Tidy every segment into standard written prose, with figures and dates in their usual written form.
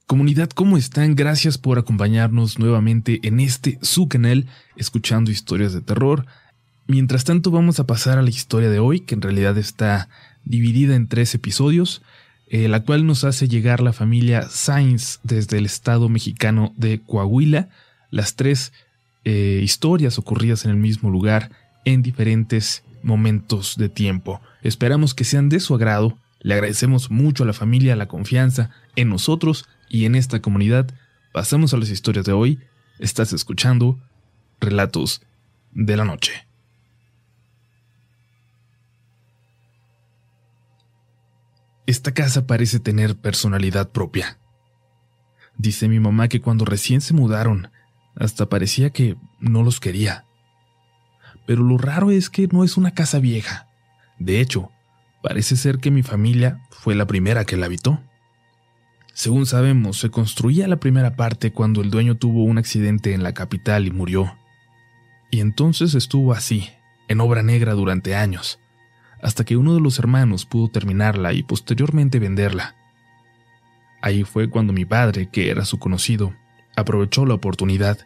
Comunidad, ¿cómo están? Gracias por acompañarnos nuevamente en su canal, escuchando historias de terror. Mientras tanto, vamos a pasar a la historia de hoy, que en realidad está dividida en 3 episodios, la cual nos hace llegar la familia Sainz desde el estado mexicano de Coahuila. Las 3 historias ocurridas en el mismo lugar en diferentes momentos de tiempo. Esperamos que sean de su agrado. Le agradecemos mucho a la familia la confianza en nosotros y en esta comunidad. Pasamos a las historias de hoy. Estás escuchando Relatos de la Noche. Esta casa parece tener personalidad propia. Dice mi mamá que cuando recién se mudaron, hasta parecía que no los quería. Pero lo raro es que no es una casa vieja. De hecho, parece ser que mi familia fue la primera que la habitó. Según sabemos, se construía la primera parte cuando el dueño tuvo un accidente en la capital y murió. Y entonces estuvo así, en obra negra durante años, hasta que uno de los hermanos pudo terminarla y posteriormente venderla. Ahí fue cuando mi padre, que era su conocido, aprovechó la oportunidad.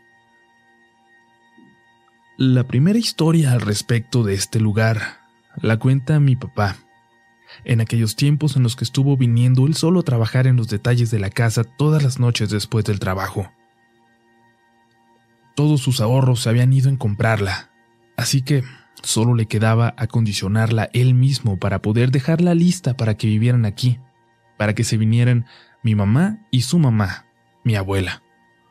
La primera historia al respecto de este lugar la cuenta mi papá. En aquellos tiempos en los que estuvo viniendo él solo a trabajar en los detalles de la casa todas las noches después del trabajo. Todos sus ahorros se habían ido en comprarla, así que solo le quedaba acondicionarla él mismo para poder dejarla lista para que vivieran aquí, para que se vinieran mi mamá y su mamá, mi abuela.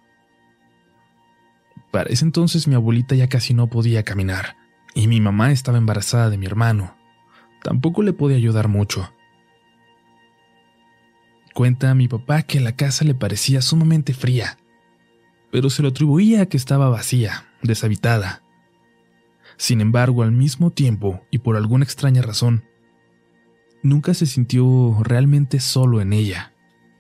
Para ese entonces mi abuelita ya casi no podía caminar, y mi mamá estaba embarazada de mi hermano. Tampoco le podía ayudar mucho. Cuenta a mi papá que la casa le parecía sumamente fría, pero se lo atribuía a que estaba vacía, deshabitada. Sin embargo, al mismo tiempo, y por alguna extraña razón, nunca se sintió realmente solo en ella.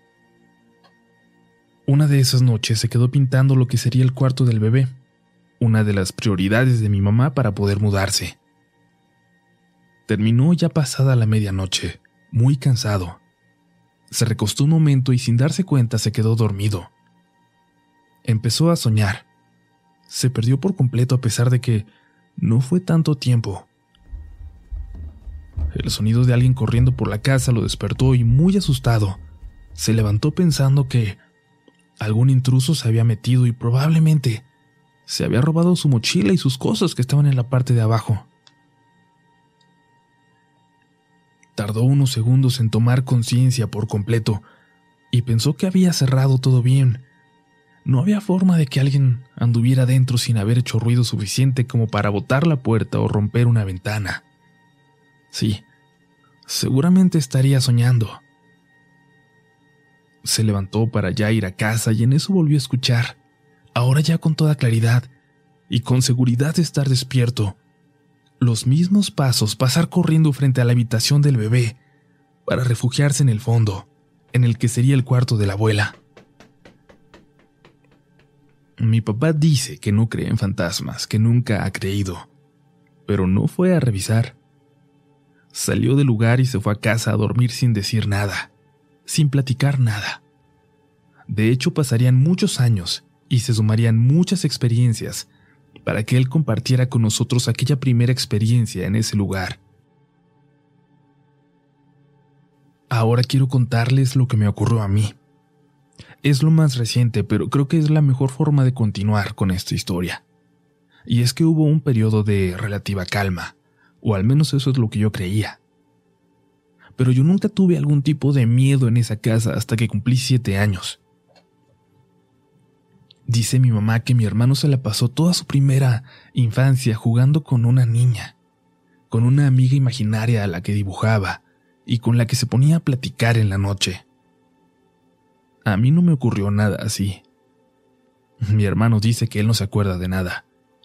Una de esas noches se quedó pintando lo que sería el cuarto del bebé, una de las prioridades de mi mamá para poder mudarse. Terminó ya pasada la medianoche, muy cansado. Se recostó un momento y sin darse cuenta se quedó dormido. Empezó a soñar. Se perdió por completo a pesar de que no fue tanto tiempo. El sonido de alguien corriendo por la casa lo despertó y muy asustado, se levantó pensando que algún intruso se había metido y probablemente se había robado su mochila y sus cosas que estaban en la parte de abajo. Tardó unos segundos en tomar conciencia por completo y pensó que había cerrado todo bien. No había forma de que alguien anduviera dentro sin haber hecho ruido suficiente como para botar la puerta o romper una ventana. Sí, seguramente estaría soñando. Se levantó para ya ir a casa y en eso volvió a escuchar, ahora ya con toda claridad y con seguridad de estar despierto, los mismos pasos pasar corriendo frente a la habitación del bebé para refugiarse en el fondo, en el que sería el cuarto de la abuela. Mi papá dice que no cree en fantasmas, que nunca ha creído, pero no fue a revisar. Salió del lugar y se fue a casa a dormir sin decir nada, sin platicar nada. De hecho, pasarían muchos años y se sumarían muchas experiencias para que él compartiera con nosotros aquella primera experiencia en ese lugar. Ahora quiero contarles lo que me ocurrió a mí. Es lo más reciente, pero creo que es la mejor forma de continuar con esta historia. Y es que hubo un periodo de relativa calma, o al menos eso es lo que yo creía. Pero yo nunca tuve algún tipo de miedo en esa casa hasta que cumplí 7 años. Dice mi mamá que mi hermano se la pasó toda su primera infancia jugando con una niña, con una amiga imaginaria a la que dibujaba y con la que se ponía a platicar en la noche. A mí no me ocurrió nada así. Mi hermano dice que él no se acuerda de nada.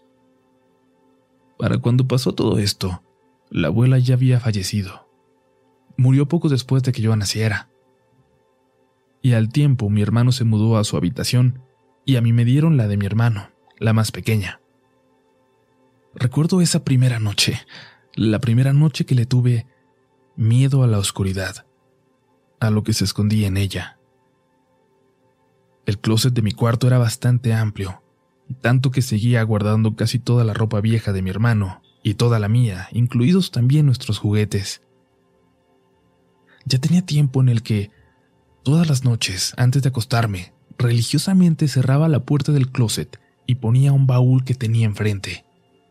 Para cuando pasó todo esto, la abuela ya había fallecido. Murió poco después de que yo naciera. Y al tiempo mi hermano se mudó a su habitación y a mí me dieron la de mi hermano, la más pequeña. Recuerdo esa primera noche, la primera noche que le tuve miedo a la oscuridad, a lo que se escondía en ella. El closet de mi cuarto era bastante amplio, tanto que seguía guardando casi toda la ropa vieja de mi hermano y toda la mía, incluidos también nuestros juguetes. Ya tenía tiempo en el que, todas las noches, antes de acostarme, religiosamente cerraba la puerta del closet y ponía un baúl que tenía enfrente.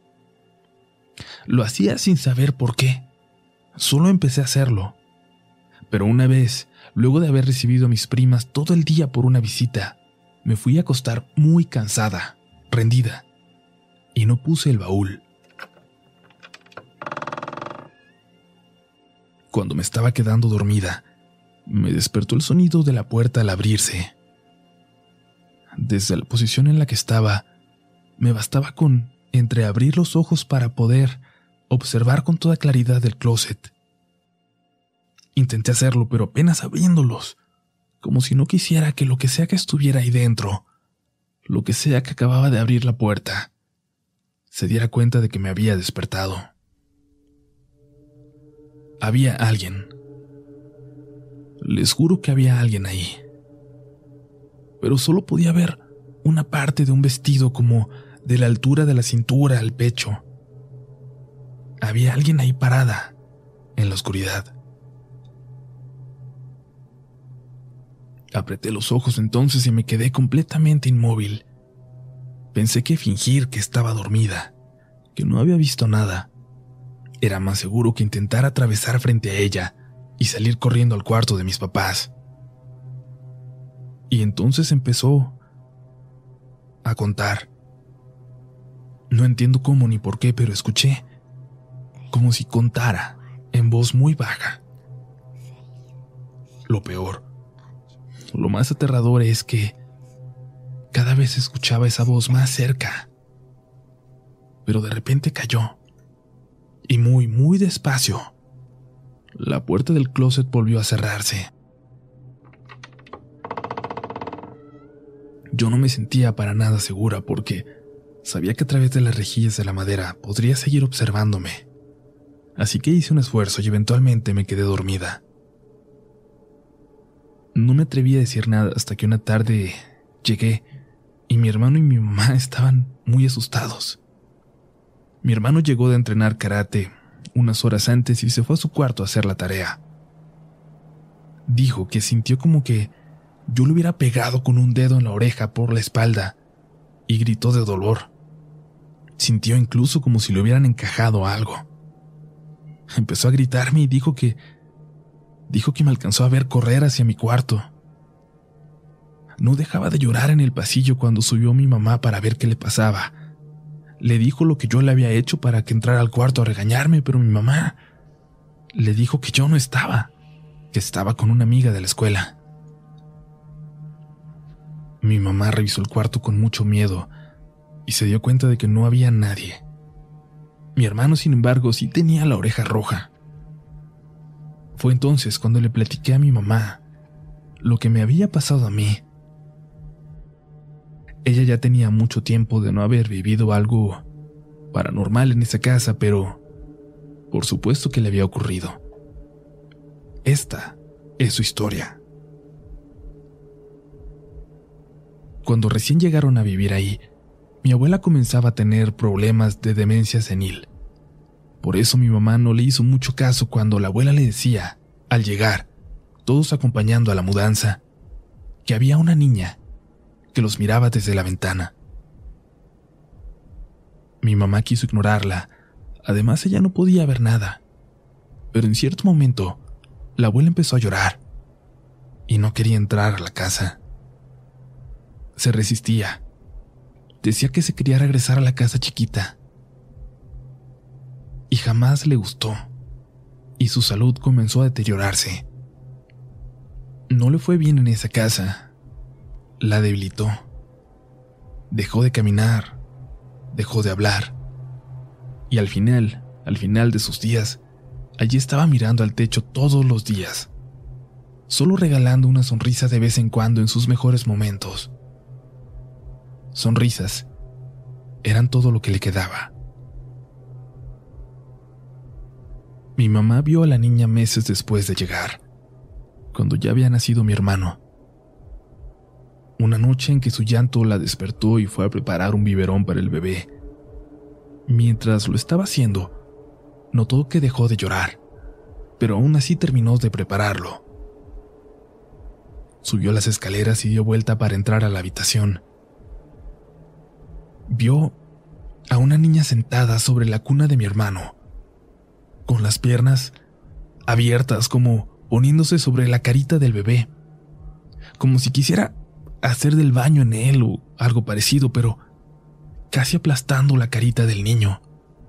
Lo hacía sin saber por qué. Solo empecé a hacerlo. Pero una vez, luego de haber recibido a mis primas todo el día por una visita, me fui a acostar muy cansada, rendida, y no puse el baúl. Cuando me estaba quedando dormida, me despertó el sonido de la puerta al abrirse. Desde la posición en la que estaba, me bastaba con entreabrir los ojos para poder observar con toda claridad el closet. Intenté hacerlo, pero apenas abriéndolos, como si no quisiera que lo que sea que estuviera ahí dentro, lo que sea que acababa de abrir la puerta, se diera cuenta de que me había despertado. Había alguien. Les juro que había alguien ahí. Pero solo podía ver una parte de un vestido como de la altura de la cintura al pecho. Había alguien ahí parada, en la oscuridad. Apreté los ojos entonces y me quedé completamente inmóvil. Pensé que fingir que estaba dormida, que no había visto nada. Era más seguro que intentar atravesar frente a ella y salir corriendo al cuarto de mis papás. Y entonces empezó a contar. No entiendo cómo ni por qué, pero escuché como si contara en voz muy baja. Lo peor, lo más aterrador es que cada vez escuchaba esa voz más cerca, pero de repente cayó, y muy, muy despacio, la puerta del closet volvió a cerrarse. Yo no me sentía para nada segura porque sabía que a través de las rejillas de la madera podría seguir observándome. Así que hice un esfuerzo y eventualmente me quedé dormida. No me atreví a decir nada hasta que una tarde llegué y mi hermano y mi mamá estaban muy asustados. Mi hermano llegó de entrenar karate unas horas antes y se fue a su cuarto a hacer la tarea. Dijo que sintió como que yo le hubiera pegado con un dedo en la oreja por la espalda y gritó de dolor. Sintió incluso como si le hubieran encajado algo. Empezó a gritarme y dijo que me alcanzó a ver correr hacia mi cuarto. No dejaba de llorar en el pasillo cuando subió mi mamá para ver qué le pasaba. Le dijo lo que yo le había hecho para que entrara al cuarto a regañarme, pero mi mamá le dijo que yo no estaba, que estaba con una amiga de la escuela. Mi mamá revisó el cuarto con mucho miedo y se dio cuenta de que no había nadie. Mi hermano, sin embargo, sí tenía la oreja roja. Fue entonces cuando le platiqué a mi mamá lo que me había pasado a mí. Ella ya tenía mucho tiempo de no haber vivido algo paranormal en esa casa, pero por supuesto que le había ocurrido. Esta es su historia. Cuando recién llegaron a vivir ahí, mi abuela comenzaba a tener problemas de demencia senil. Por eso mi mamá no le hizo mucho caso cuando la abuela le decía, al llegar, todos acompañando a la mudanza, que había una niña que los miraba desde la ventana. Mi mamá quiso ignorarla, además ella no podía ver nada. Pero en cierto momento, la abuela empezó a llorar y no quería entrar a la casa. Se resistía. Decía que se quería regresar a la casa chiquita. Y jamás le gustó, y su salud comenzó a deteriorarse. No le fue bien en esa casa. La debilitó. Dejó de caminar, dejó de hablar. Y al final de sus días, allí estaba mirando al techo todos los días, solo regalando una sonrisa de vez en cuando en sus mejores momentos. Sonrisas eran todo lo que le quedaba. Mi mamá vio a la niña meses después de llegar, cuando ya había nacido mi hermano. Una noche en que su llanto la despertó y fue a preparar un biberón para el bebé. Mientras lo estaba haciendo, notó que dejó de llorar, pero aún así terminó de prepararlo. Subió las escaleras y dio vuelta para entrar a la habitación. Vio a una niña sentada sobre la cuna de mi hermano, con las piernas abiertas, como poniéndose sobre la carita del bebé, como si quisiera hacer del baño en él o algo parecido, pero casi aplastando la carita del niño.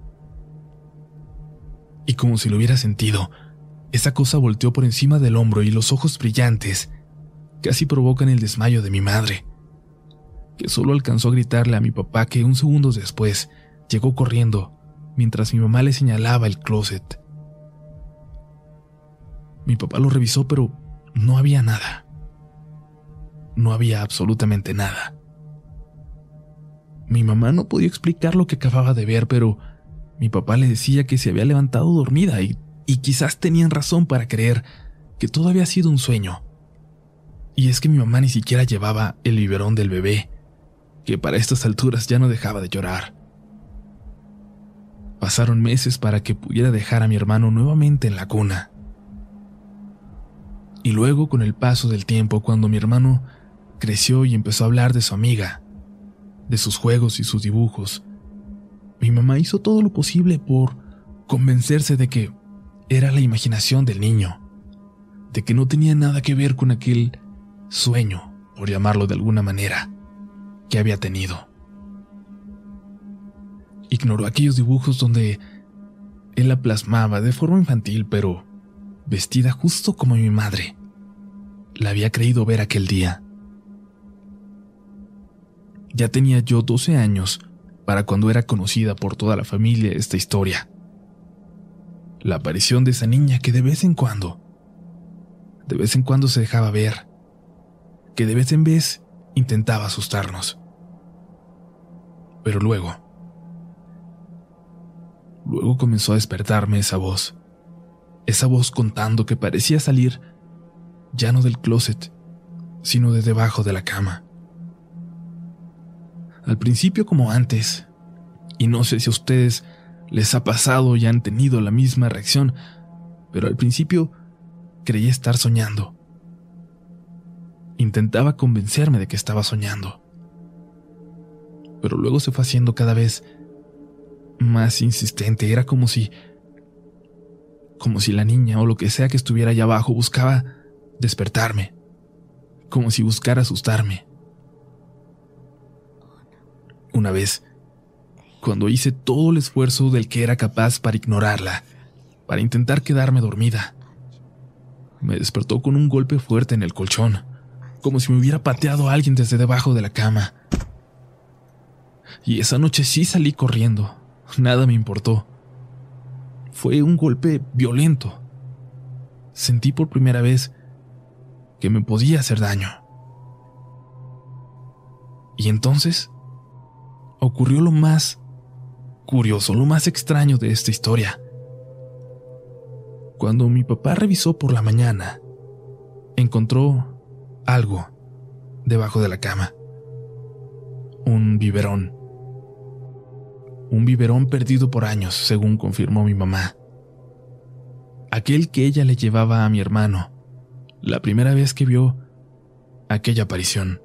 Y como si lo hubiera sentido, esa cosa volteó por encima del hombro y los ojos brillantes casi provocan el desmayo de mi madre, que solo alcanzó a gritarle a mi papá, que 1 segundo después llegó corriendo mientras mi mamá le señalaba el closet. Mi papá lo revisó, pero no había nada. No había absolutamente nada. Mi mamá no podía explicar lo que acababa de ver, pero mi papá le decía que se había levantado dormida y quizás tenían razón para creer que todo había sido un sueño. Y es que mi mamá ni siquiera llevaba el biberón del bebé, que para estas alturas ya no dejaba de llorar. Pasaron meses para que pudiera dejar a mi hermano nuevamente en la cuna. Y luego, con el paso del tiempo, cuando mi hermano creció y empezó a hablar de su amiga, de sus juegos y sus dibujos, mi mamá hizo todo lo posible por convencerse de que era la imaginación del niño, de que no tenía nada que ver con aquel sueño, por llamarlo de alguna manera, que había tenido. Ignoró aquellos dibujos donde él la plasmaba de forma infantil, pero vestida justo como mi madre la había creído ver aquel día. Ya tenía yo 12 años para cuando era conocida por toda la familia esta historia. La aparición de esa niña que de vez en cuando se dejaba ver, que de vez en vez intentaba asustarnos. Pero luego comenzó a despertarme esa voz contando, que parecía salir ya no del closet, sino de debajo de la cama. Al principio, como antes, y no sé si a ustedes les ha pasado y han tenido la misma reacción, pero al principio creía estar soñando. Intentaba convencerme de que estaba soñando, pero luego se fue haciendo cada vez más insistente. Era como si la niña o lo que sea que estuviera allá abajo buscaba despertarme, como si buscara asustarme. Una vez, cuando hice todo el esfuerzo del que era capaz para ignorarla, para intentar quedarme dormida, me despertó con un golpe fuerte en el colchón, como si me hubiera pateado a alguien desde debajo de la cama. Y esa noche sí salí corriendo, nada me importó. Fue un golpe violento. Sentí por primera vez que me podía hacer daño. Y entonces ocurrió lo más curioso, lo más extraño de esta historia. Cuando mi papá revisó por la mañana, encontró algo debajo de la cama. Un biberón. Un biberón perdido por años, según confirmó mi mamá. Aquel que ella le llevaba a mi hermano, la primera vez que vio aquella aparición.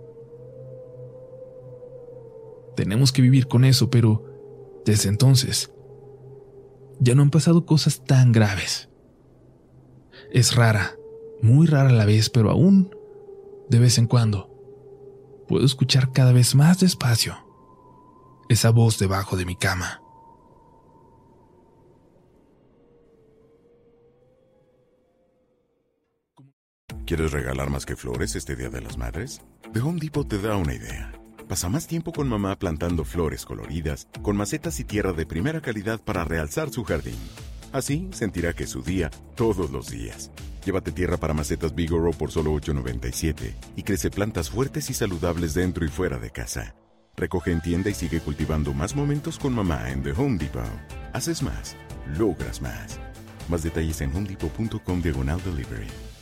Tenemos que vivir con eso, pero desde entonces ya no han pasado cosas tan graves. Es rara, muy rara a la vez, pero aún, de vez en cuando, puedo escuchar cada vez más despacio esa voz debajo de mi cama. ¿Quieres regalar más que flores este Día de las Madres? The Home Depot te da una idea. Pasa más tiempo con mamá plantando flores coloridas, con macetas y tierra de primera calidad para realzar su jardín. Así sentirá que es su día todos los días. Llévate tierra para macetas Bigoro por solo $8.97 y crece plantas fuertes y saludables dentro y fuera de casa. Recoge en tienda y sigue cultivando más momentos con mamá en The Home Depot. Haces más, logras más. Más detalles en homedepot.com/delivery.